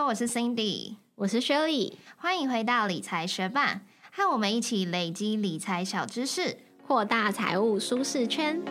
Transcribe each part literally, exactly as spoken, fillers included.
我是 Cindy， 我是 Shirley， 欢迎回到理财学霸，和我们一起累积理财小知识， 扩大财务舒适圈。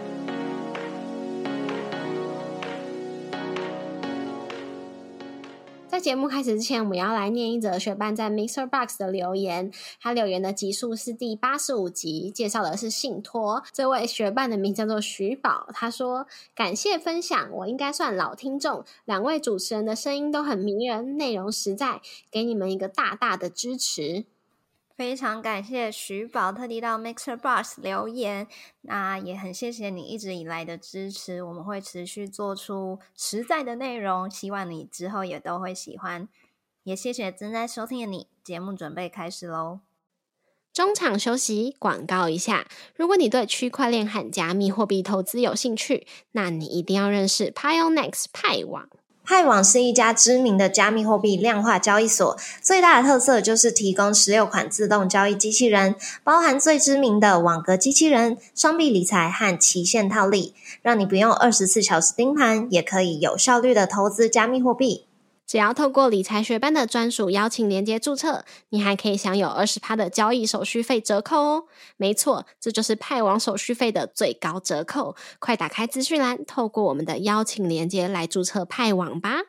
在节目开始之前，我们要来念一则学伴在 Mixer Box 的留言。他留言的集数是第八十五集，介绍的是信托。这位学伴的名叫做徐宝，他说：感谢分享，我应该算老听众，两位主持人的声音都很迷人，内容实在，给你们一个大大的支持。 非常感谢徐宝特地到 Mixer Box 留言，那也很谢谢你一直以来的支持，我们会持续做出实在的内容，希望你之后也都会喜欢。也谢谢正在收听的你，节目准备开始咯。 中场休息，广告一下。如果你对区块链和加密货币投资有兴趣，那你一定要认识 Pionex 派网。 派网是一家知名的加密货币量化交易所，最大的特色就是提供十六款自动交易机器人，包含最知名的网格机器人、双币理财和期限套利，让你不用二十四小时盯盘，也可以有效率的投资加密货币。 只要透过理财学班的专属邀请连结注册，你还可以享有 百分之二十 的交易手续费折扣哦。没错，这就是派网手续费的最高折扣。快打开资讯栏，透过我们的邀请连结来注册派网吧。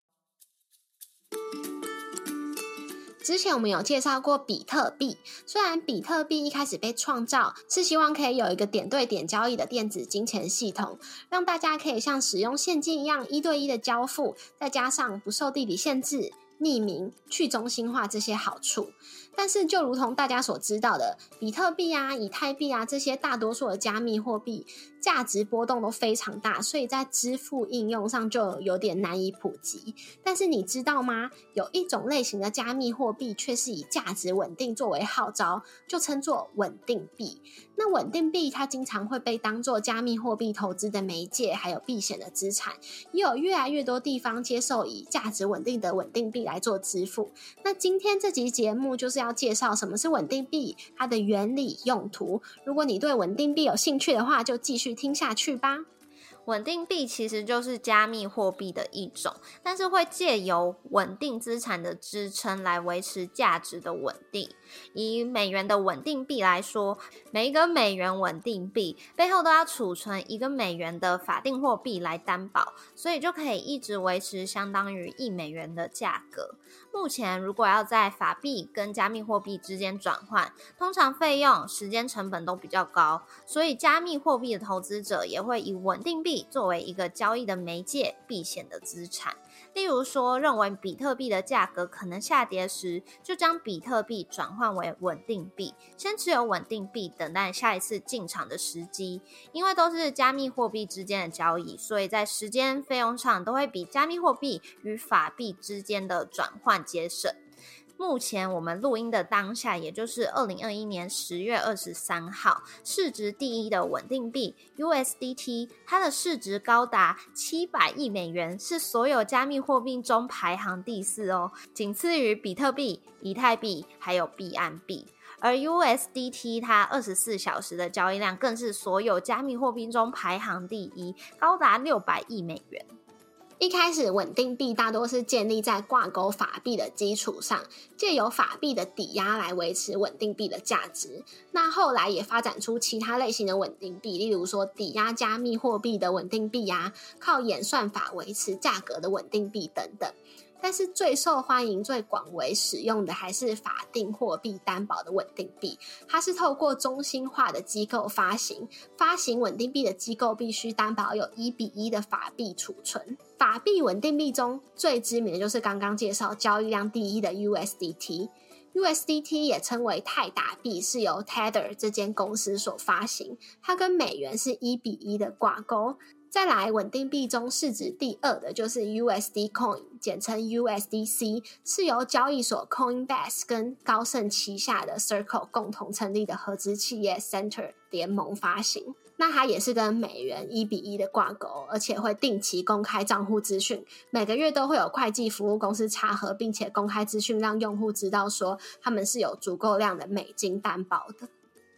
之前我们有介绍过比特币，虽然比特币一开始被创造是希望可以有一个点对点交易的电子金钱系统，让大家可以像使用现金一样一对一的交付，再加上不受地理限制、匿名、去中心化这些好处。但是就如同大家所知道的，比特币啊、以太币啊这些大多数的加密货币价值波动都非常大，所以在支付应用上就有点难以普及。但是你知道吗？有一种类型的加密货币却是以价值稳定作为号召，就称作稳定币。那稳定币它经常会被当作加密货币投资的媒介，还有避险的资产，也有越来越多地方接受以价值稳定的稳定币来做支付。那今天这集节目就是要介绍什么是稳定币，它的原理、用途。如果你对稳定币有兴趣的话，就继续听下去吧。 稳定币其实就是加密货币的一种，但是会借由稳定资产的支撑来维持价值的稳定。以美元的稳定币来说，每一个美元稳定币背后都要储存一个美元的法定货币来担保，所以就可以一直维持相当于一美元的价格。目前如果要在法币跟加密货币之间转换，通常费用、时间成本都比较高，所以加密货币的投资者也会以稳定币作为一个交易的媒介，避险的资产。例如说，认为比特币的价格可能下跌时，就将比特币转换为稳定币，先持有稳定币，等待下一次进场的时机。因为都是加密货币之间的交易，所以在时间、费用上都会比加密货币与法币之间的转换节省。目前我们录音的当下，也就是二零二一年十月二十三号，市值第一的稳定币 U S D T， 它的市值高达七百亿美元，是所有加密货币中排行第四哦，仅次于比特币、以太币还有币安币。而 U S D T 它二十四小时的交易量更是所有加密货币中排行第一，高达六百亿美元。 一开始稳定币大多是建立在挂钩法币的基础上，借由法币的抵押来维持稳定币的价值。那后来也发展出其他类型的稳定币，例如说抵押加密货币的稳定币啊，靠演算法维持价格的稳定币等等。但是最受欢迎、最广为使用的还是法定货币担保的稳定币。它是透过中心化的机构发行，发行稳定币的机构必须担保有一比一的法币储存。法币稳定币中最知名的就是刚刚介绍交易量第一的 U S D T。U S D T 也称为泰达币，是由 Tether 这间公司所发行，它跟美元是一比一的挂钩。再来，稳定币中市值第二的就是 U S D Coin， 简称 U S D C， 是由交易所 Coinbase 跟高盛旗下的 Circle 共同成立的合资企业 Center 联盟发行。那它也是跟美元一比一的挂钩，而且会定期公开账户资讯，每个月都会有会计服务公司查核，并且公开资讯让用户知道说他们是有足够量的美金担保的。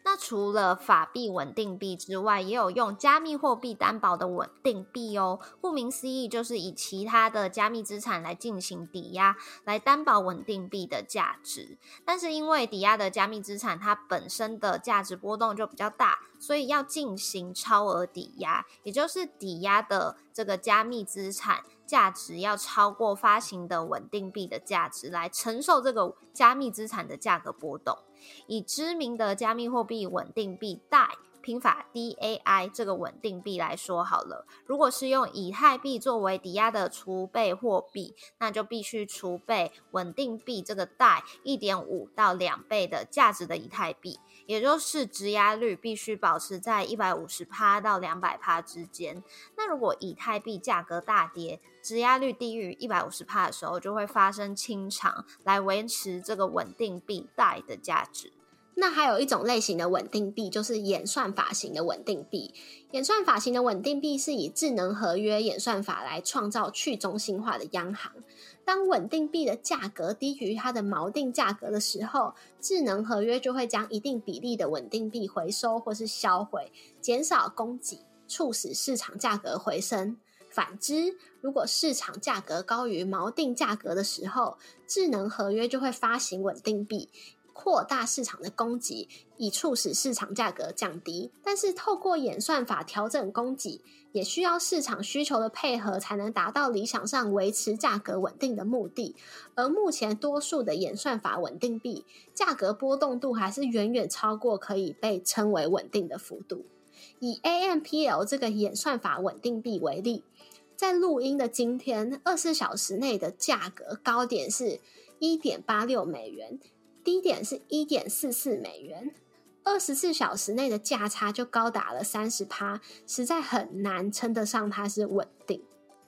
那除了法币稳定币之外，也有用加密货币担保的稳定币哦。顾名思义，就是以其他的加密资产来进行抵押，来担保稳定币的价值。但是因为抵押的加密资产它本身的价值波动就比较大，所以要进行超额抵押，也就是抵押的这个加密资产价值要超过发行的稳定币的价值，来承受这个加密资产的价格波动。以知名的加密货币稳定币 D A I 拼法 D A I 这个稳定币来说好了，如果是用以太币作为抵押的储备货币，那就必须储备稳定币这个 D A I 一点五 到两倍的价值的以太币，也就是质押率必须保持在 百分之一百五十 到 百分之两百 之间。那如果以太币价格大跌，质押率低于 百分之一百五十 的时候，就会发生清偿，来维持这个稳定币 D A I 的价值。 那还有一种类型的稳定币，就是演算法型的稳定币。演算法型的稳定币是以智能合约演算法来创造去中心化的央行。当稳定币的价格低于它的锚定价格的时候，智能合约就会将一定比例的稳定币回收或是销毁，减少供给，促使市场价格回升。反之，如果市场价格高于锚定价格的时候，智能合约就会发行稳定币，扩大市场的供给，以促使市场价格降低。但是透过演算法调整供给，也需要市场需求的配合，才能达到理想上维持价格稳定的目的。而目前多数的演算法稳定币，价格波动度还是远远超过可以被称为稳定的幅度。以 A M P L 这个演算法稳定币为例，在录音的今天，二十四小时内的价格高点是 一点八六美元，低点是 一点四四美元，二十四小时内的价差就高达了 百分之三十， 实在很难称得上它是稳定。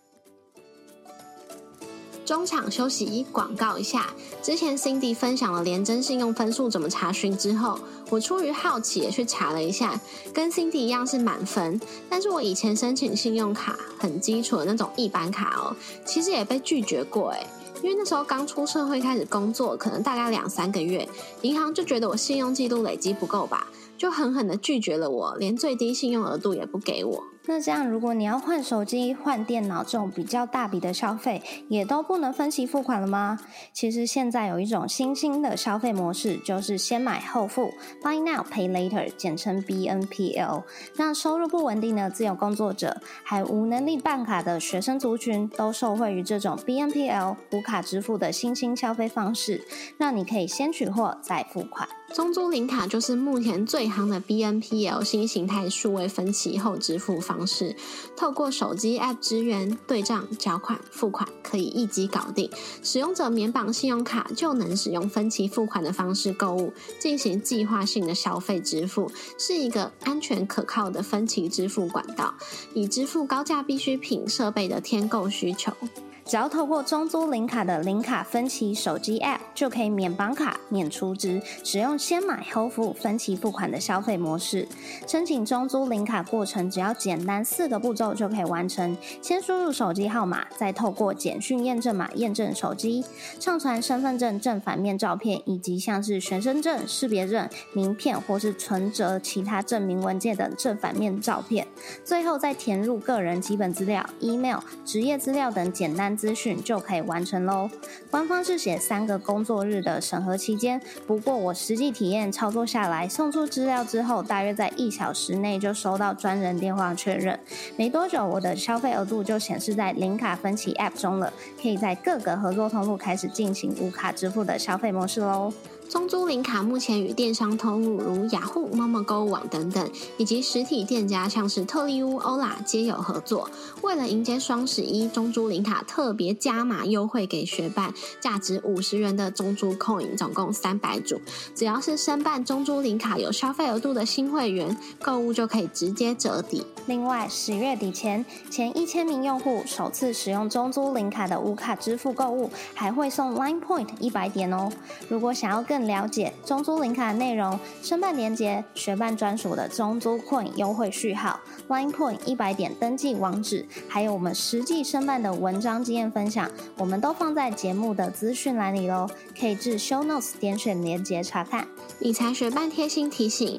中场休息，广告一下。之前 Cindy 分享了联征信用分数怎么查询之后，我出于好奇也去查了一下，跟 Cindy 一样是满分，但是我以前申请信用卡很基础的那种一般卡哦，其实也被拒绝过诶。因为那时候刚出社会开始工作，可能大概两三个月，银行就觉得我信用记录累积不够吧，就狠狠的拒绝了我，连最低信用额度也不给我。 那这样如果你要换手机、换电脑这种比较大笔的消费，也都不能分期付款了吗？其实现在有一种新兴的消费模式，就是先买后付 Buy Now Pay Later， 简称 B N P L， 让收入不稳定的自由工作者还无能力办卡的学生族群都受惠于这种 B N P L 无卡支付的新兴消费方式，让你可以先取货再付款。 中租零卡就是目前最夯的 B N P L 新形态数位分期后支付方式，透过手机 App 支援对账、缴款、付款，可以一机搞定。使用者免绑信用卡就能使用分期付款的方式购物，进行计划性的消费支付，是一个安全可靠的分期支付管道，以支付高价必需品设备的添购需求。 只要透过中租零卡的零卡分期手机 App， 就可以免绑卡、免储值，使用先买后付分期付款的消费模式。申请中租零卡过程只要简单四个步骤就可以完成：先输入手机号码，再透过简讯验证码验证手机，上传身份证正反面照片，以及像是学生证、识别证、名片或是存折、其他证明文件等正反面照片。最后再填入个人基本资料、email、职业资料等简单资讯就可以完成咯。官方是写三个工作日的审核期间，不过我实际体验操作下来，送出资料之后，大约在一小时内就收到专人电话确认。没多久，我的消费额度就显示在零卡分期 App 中了，可以在各个合作通路开始进行无卡支付的消费模式咯。 中租零卡目前与电商通路如雅虎、猫猫购物网等等，以及实体店家像是特力屋、欧拉皆有合作。为了迎接双十一，中租零卡特别加码优惠给学伴，价值五十元的中租 Coin 总共三百组，只要是申办中租零卡有消费额度的新会员，购物就可以直接折抵。 另外，十月底前，前一千名用户首次使用中租零卡的无卡支付购物，还会送 Line Point 一百点哦。如果想要更了解中租零卡的内容，申办连结、学伴专属的中租 Coin 优惠序号、Line Point 一百点登记网址，还有我们实际申办的文章经验分享，我们都放在节目的资讯栏里咯，可以至 Show Notes 点选连结查看。 理财学伴贴心提醒，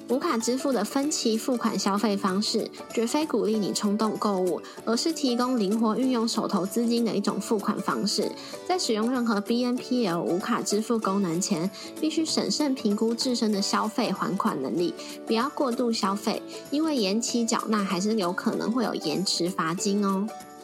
无卡支付的分期付款消费方式，绝非鼓励你冲动购物，而是提供灵活运用手头资金的一种付款方式。在使用任何 B N P L 无卡支付功能前，必须审慎评估自身的消费还款能力，不要过度消费，因为延期缴纳还是有可能会有延迟罚金哦。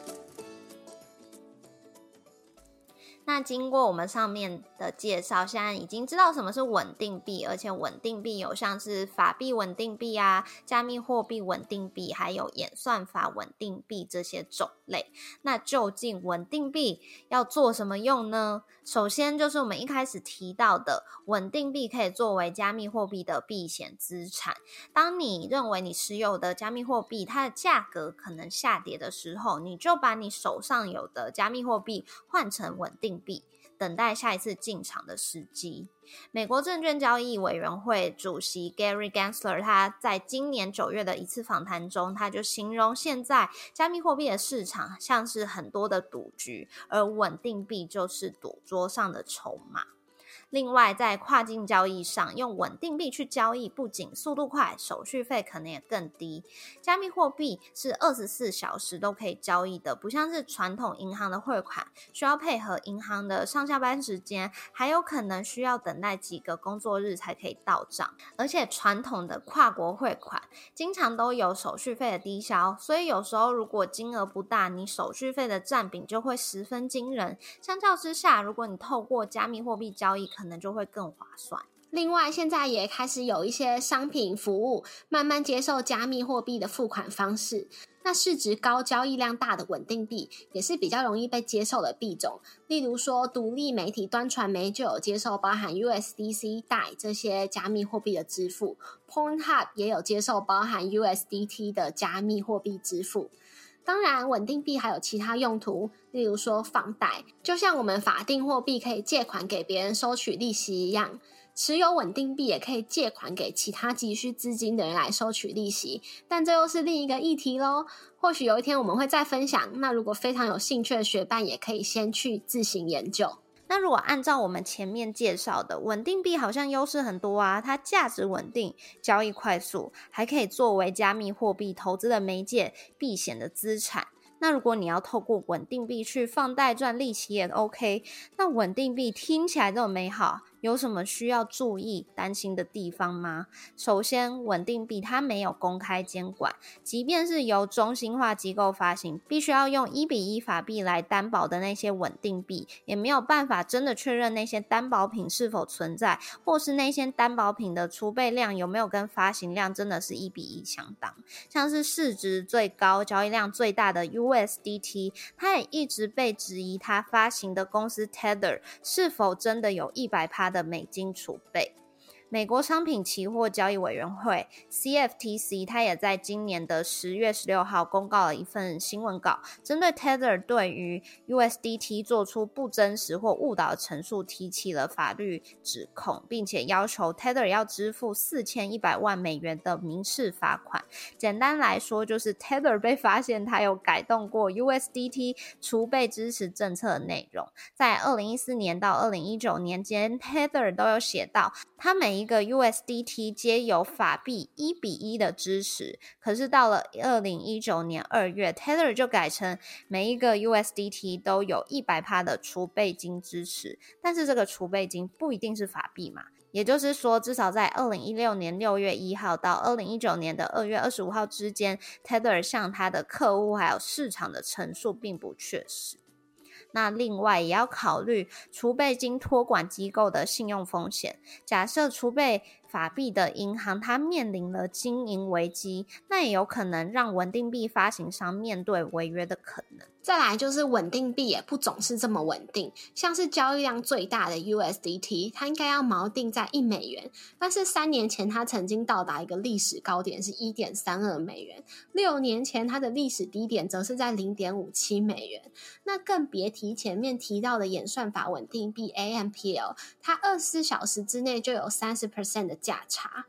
那经过我们上面的介绍，现在已经知道什么是稳定币，而且稳定币有像是法币稳定币啊、加密货币稳定币，还有演算法稳定币这些种类。那究竟稳定币要做什么用呢？首先就是我们一开始提到的，稳定币可以作为加密货币的避险资产。当你认为你持有的加密货币它的价格可能下跌的时候，你就把你手上有的加密货币换成稳定币，等待下一次进场的时机。美国证券交易委员会主席 Gary Gensler 他在今年九月的一次访谈中，他就形容现在加密货币的市场像是很多的赌局，而稳定币就是赌桌上的筹码。另外，在跨境交易上，用稳定币去交易，不仅速度快，手续费可能也更低。加密货币是二十四小时都可以交易的，不像是传统银行的汇款，需要配合银行的上下班时间，还有可能需要等待几个工作日才可以到账。而且传统的跨国汇款经常都有手续费的低消，所以有时候如果金额不大，你手续费的占比就会十分惊人。相较之下，如果你透过加密货币交易，可能就会更划算。 另外，现在也开始有一些商品服务慢慢接受加密货币的付款方式。那市值高、交易量大的稳定币也是比较容易被接受的币种。例如说，独立媒体端传媒就有接受包含 U S D C、D A I 这些加密货币的支付。Pornhub 也有接受包含 U S D T 的加密货币支付。当然，稳定币还有其他用途，例如说放贷，就像我们法定货币可以借款给别人收取利息一样，持有稳定币也可以借款给其他急需资金的人来收取利息，但这又是另一个议题咯。或许有一天我们会再分享，那如果非常有兴趣的学伴也可以先去自行研究。 那如果按照我们前面介绍的，稳定币好像优势很多啊，它价值稳定，交易快速，还可以作为加密货币投资的媒介，避险的资产。那如果你要透过稳定币去放贷赚利息也 OK， 那稳定币听起来这么美好，有什么需要注意担心的地方吗？首先，稳定币它没有公开监管，即便是由中心化机构发行，必须要用一比一法币来担保的那些稳定币，也没有办法真的确认那些担保品是否存在，或是那些担保品的储备量有没有跟发行量真的是一比一相当。像是市值最高、交易量最大的 U S D T， 它也一直被质疑它发行的公司 Tether 是否真的有 百分之百 的美金储备。美国商品期货交易委员会 C F T C 它也在今年的十月十六号公告了一份新闻稿，针对 Tether 对于 U S D T 做出不真实或误导的陈述提起了法律指控，并且要求 Tether 要支付四千一百万美元的民事罚款。简单来说，就是 Tether 被发现它有改动过 U S D T 储备支持政策的内容。在二零一四年到二零一九年间， Tether 都有写到它每一个 U S D T 皆有法币一比一的支持，可是到了二零一九年二月 Tether 就改成每一个 U S D T 都有 百分之百 的储备金支持，但是这个储备金不一定是法币嘛，也就是说至少在二零一六年六月一号到二零一九年的二月二十五号之间， Tether 向他的客户还有市场的陈述并不确实。那另外也要考虑储备金托管机构的信用风险，假设储备法币的银行它面临了经营危机，那也有可能让稳定币发行商面对违约的可能。 再来就是稳定币也不总是这么稳定，像是交易量最大的 U S D T 它应该要锚定在一美元，但是三年前它曾经到达一个历史高点是 一点三二美元，六年前它的历史低点则是在 零点五七美元。那更别提前面提到的演算法稳定币 A M P L， 它二十四小时之内就有 百分之三十 的价差。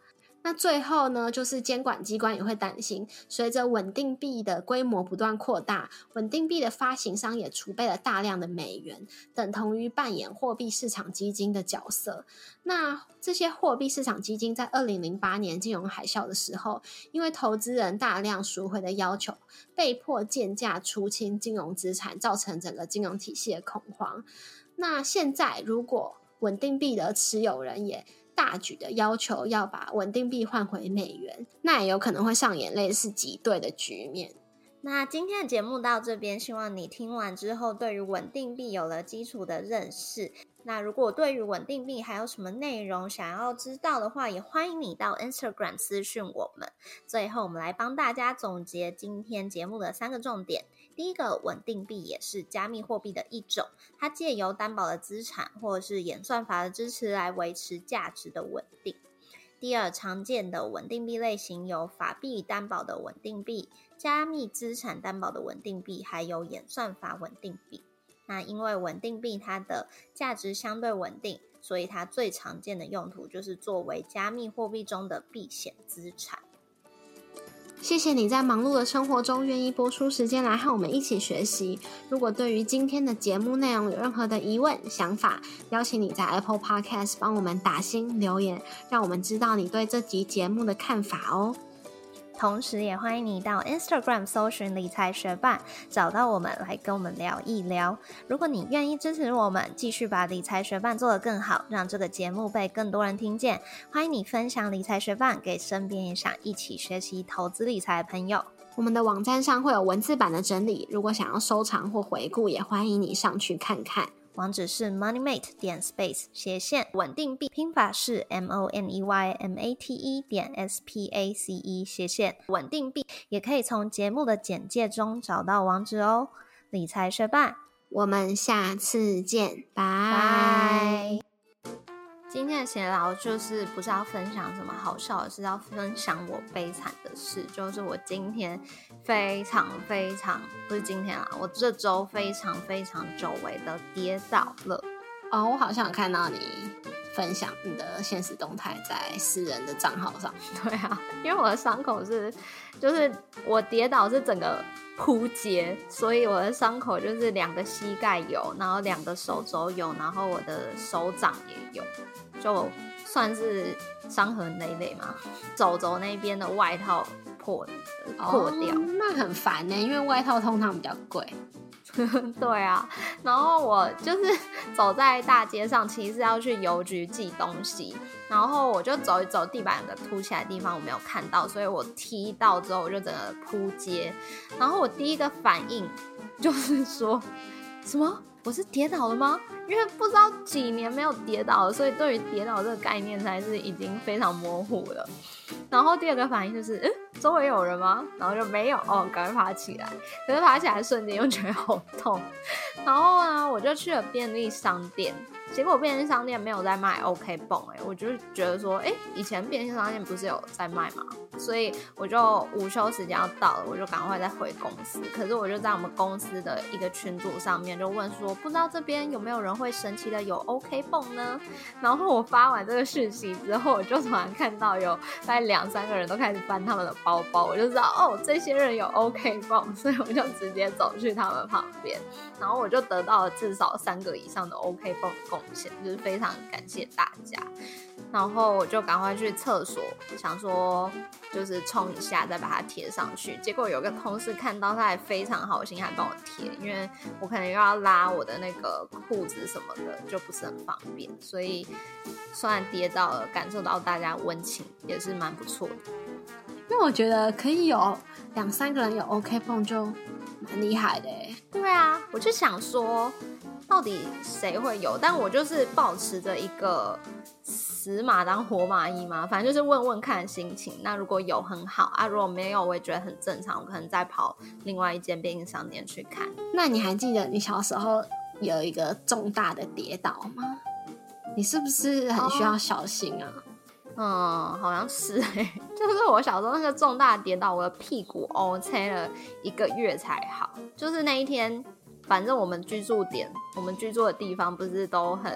那最后呢，就是监管机关也会担心，随着稳定币的规模不断扩大，稳定币的发行商也储备了大量的美元，等同于扮演货币市场基金的角色。那这些货币市场基金在二零零八年金融海啸的时候，因为投资人大量赎回的要求，被迫贱价出清金融资产，造成整个金融体系的恐慌。那现在如果稳定币的持有人也大举的要求要把稳定币换回美元，那也有可能会上演类似挤兑的局面。 那今天的节目到这边，希望你听完之后对于稳定币有了基础的认识。那如果对于稳定币还有什么内容想要知道的话，也欢迎你到 Instagram 私讯我们。最后我们来帮大家总结今天节目的三个重点。第一个，稳定币也是加密货币的一种，它借由担保的资产或者是演算法的支持来维持价值的稳定。第二，常见的稳定币类型有法币担保的稳定币、加密资产担保的稳定币，还有演算法稳定币。那因为稳定币它的价值相对稳定，所以它最常见的用途就是作为加密货币中的避险资产。 谢谢你在忙碌的生活中愿意拨出时间来和我们一起学习。如果对于今天的节目内容有任何的疑问、想法，邀请你在 Apple Podcast 帮我们打星留言，让我们知道你对这集节目的看法哦。 同时也欢迎你到 Instagram 搜寻理财学伴，找到我们来跟我们聊一聊。如果你愿意支持我们，继续把理财学伴做得更好，让这个节目被更多人听见，欢迎你分享理财学伴给身边也想一起学习投资理财的朋友。 我们的网站上会有文字版的整理，如果想要收藏或回顾，也欢迎你上去看看。 网址是 moneymate 点 space 斜线稳定币，拼法是 m o n e y m a t e 点 s p a c e 斜线稳定币，也可以从节目的简介中找到网址哦。理财学伴， 我们下次见，拜拜。 今天的闲聊就是不是要分享什么好笑的，是要分享我悲惨的事。就是我今天非常非常不是今天啦，我这周非常非常久违的跌倒了。 哦，我好像有看到你分享你的现实动态在私人的账号上。 对啊，因为我的伤口是，就是我跌倒是整个扑街，所以我的伤口就是两个膝盖有，然后两个手肘有，然后我的手掌也有，就算是伤痕累累嘛。手肘那边的外套破破掉， 哦，那很烦呢，因为外套通常比较贵。 对啊，然后我就是走在大街上，其实是要去邮局寄东西，然后我就走一走，地板有个凸起来的地方我没有看到，所以我踢到之后我就整个扑街，然后我第一个反应就是说，什么？我是跌倒了吗？因为不知道几年没有跌倒了，所以对于跌倒这个概念才是已经非常模糊了。然后第二个反应就是，嗯，周围有人吗？然后就没有，哦，赶快爬起来。可是爬起来的瞬间又觉得好痛。然后呢，我就去了便利商店，结果便利商店没有在卖 OK 泵，哎，我就觉得说，哎，以前便利商店不是有在卖吗？所以我就午休时间要到了，我就赶快再回公司。可是我就在我们公司的一个群组上面就问说，不知道这边有没有人会神奇的有 OK 泵呢？然后我发完这个讯息之后，我就突然看到有大概两三个人都开始翻他们的包包，我就知道哦，这些人有 OK 泵，所以我就直接走去他们旁边，然后我就得到了至少三个以上的 OK 泵的贡献，就是非常感谢大家。然后我就赶快去厕所，想说就是冲一下再把它贴上去。结果有个同事看到，他还非常好心，还帮我贴，因为我可能又要拉我的那个裤子什么的，就不是很方便。所以虽然跌到了，感受到大家温情也是蛮不错的。 因为我觉得可以有两三个人有 OK 泵就蛮厉害的耶。 对啊，我就想说到底谁会有，但我就是抱持着一个死马当活马医嘛，反正就是问问看心情。那如果有很好啊，如果没有我也觉得很正常，我可能再跑另外一间便利商店去看。 那你还记得你小时候有一个重大的跌倒吗？你是不是很需要小心啊？ 哦、嗯，好像是欸，就是我小时候那个重大的跌倒，我的屁股 OK 了一个月才好。就是那一天，反正我们居住点，我们居住的地方不是都很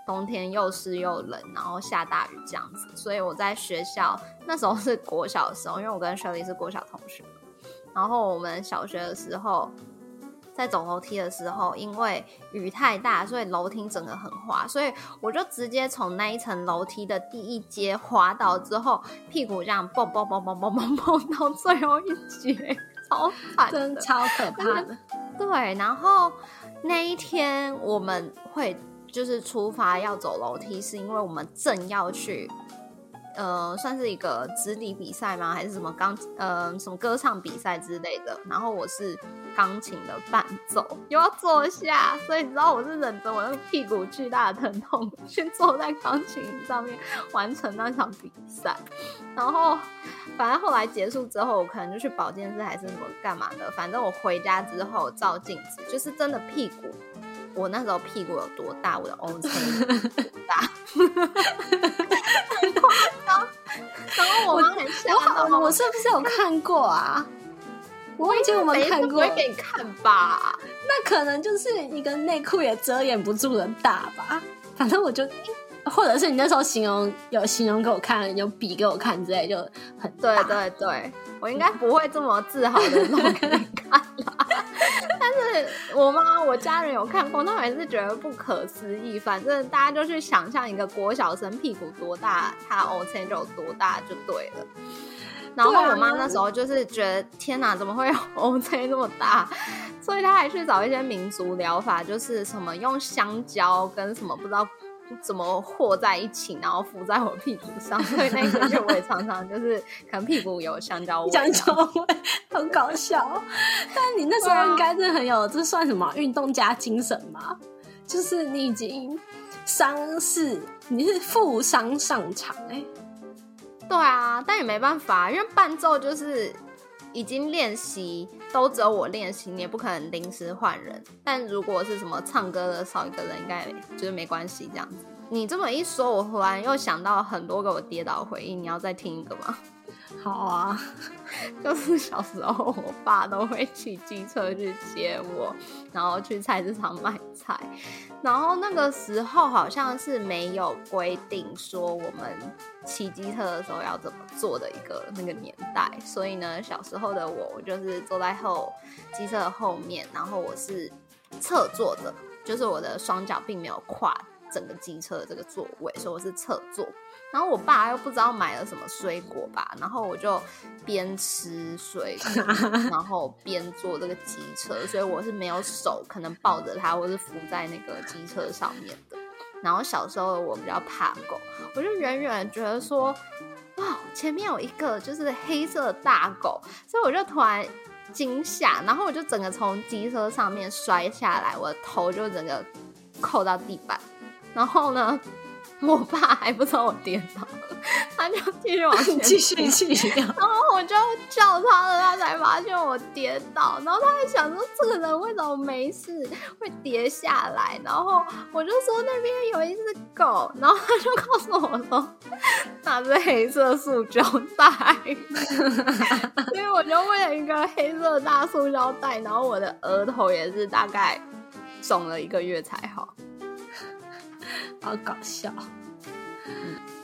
冬天又湿又冷，然后下大雨这样子，所以我在学校那时候是国小的时候，因为我跟 Shirley 是国小同学，然后我们小学的时候在走楼梯的时候，因为雨太大，所以楼梯整个很滑，所以我就直接从那一层楼梯的第一阶滑倒之后，屁股这样蹦蹦蹦蹦蹦蹦蹦到最后一节，超惨的， 真的超可怕的。 对，然后那一天我们会就是出发要走楼梯，是因为我们正要去呃，算是一个直笛比赛吗？还是什么钢呃什么歌唱比赛之类的？然后我是钢琴的伴奏，又要坐下，所以你知道我是忍着我那个屁股巨大的疼痛去坐在钢琴椅上面完成那场比赛。然后反正后来结束之后，我可能就去保健室还是什么干嘛的。反正我回家之后照镜子，就是真的屁股。我那时候屁股有多大，我的 O C 有多大，很夸张。然后我妈很吓到， 我我是不是有看过啊？我忘记我们看过， 不会给你看吧？ 那可能就是一个内裤也遮掩不住的大吧。反正我就，或者是你那时候形容有形容给我看，有比给我看之类，就很大。 对对对，我应该不会这么自豪的弄给你看啦。但是我妈我家人有看过，他们还是觉得不可思议。反正大家就去想象一个国小生屁股多大，他 O C 就有多大就对了。然后我妈那时候就是觉得天哪，怎么会有 O C 这么大？所以她还去找一些民俗疗法，就是什么用香蕉跟什么不知道怎么和在一起，然后敷在我屁股上。所以那个月我也常常就是可能屁股有香蕉味， 香蕉味，很搞笑。但你那时候应该是很有，这算什么运动家精神吗？就是你已经伤势，你是负伤上场哎、欸。 对啊，但也没办法，因为伴奏就是已经练习，都只有我练习，你也不可能临时换人。但如果是什么唱歌的少一个人，应该就是没关系这样子。你这么一说，我忽然又想到很多个我跌倒的回忆，你要再听一个吗？ 好啊， 就是小时候我爸都会骑机车去接我，然后去菜市场买菜。然后那个时候好像是没有规定说我们骑机车的时候要怎么做的一个那个年代，所以呢，小时候的我，我就是坐在后机车的后面，然后我是侧坐的，就是我的双脚并没有跨整个机车的这个座位，所以我是侧坐。然后我爸又不知道买了什么水果吧，然后我就边吃水果，然后边坐这个机车，所以我是没有手可能抱着它，或是扶在那个机车上面的。然后小时候我比较怕狗，我就远远觉得说，哇，前面有一个就是黑色的大狗，所以我就突然惊吓，然后我就整个从机车上面摔下来，我的头就整个扣到地板，然后呢，我爸还不知道我跌倒，他就继续往前继续继续， 然后我就叫他了，他才发现我跌倒，然后他还想说这个人为什么没事会跌下来，然后我就说那边有一只狗，然后他就告诉我说那是黑色塑胶袋，所以我就为了一个黑色大塑胶袋，然后我的额头也是大概肿了一个月才好。 好搞笑。 嗯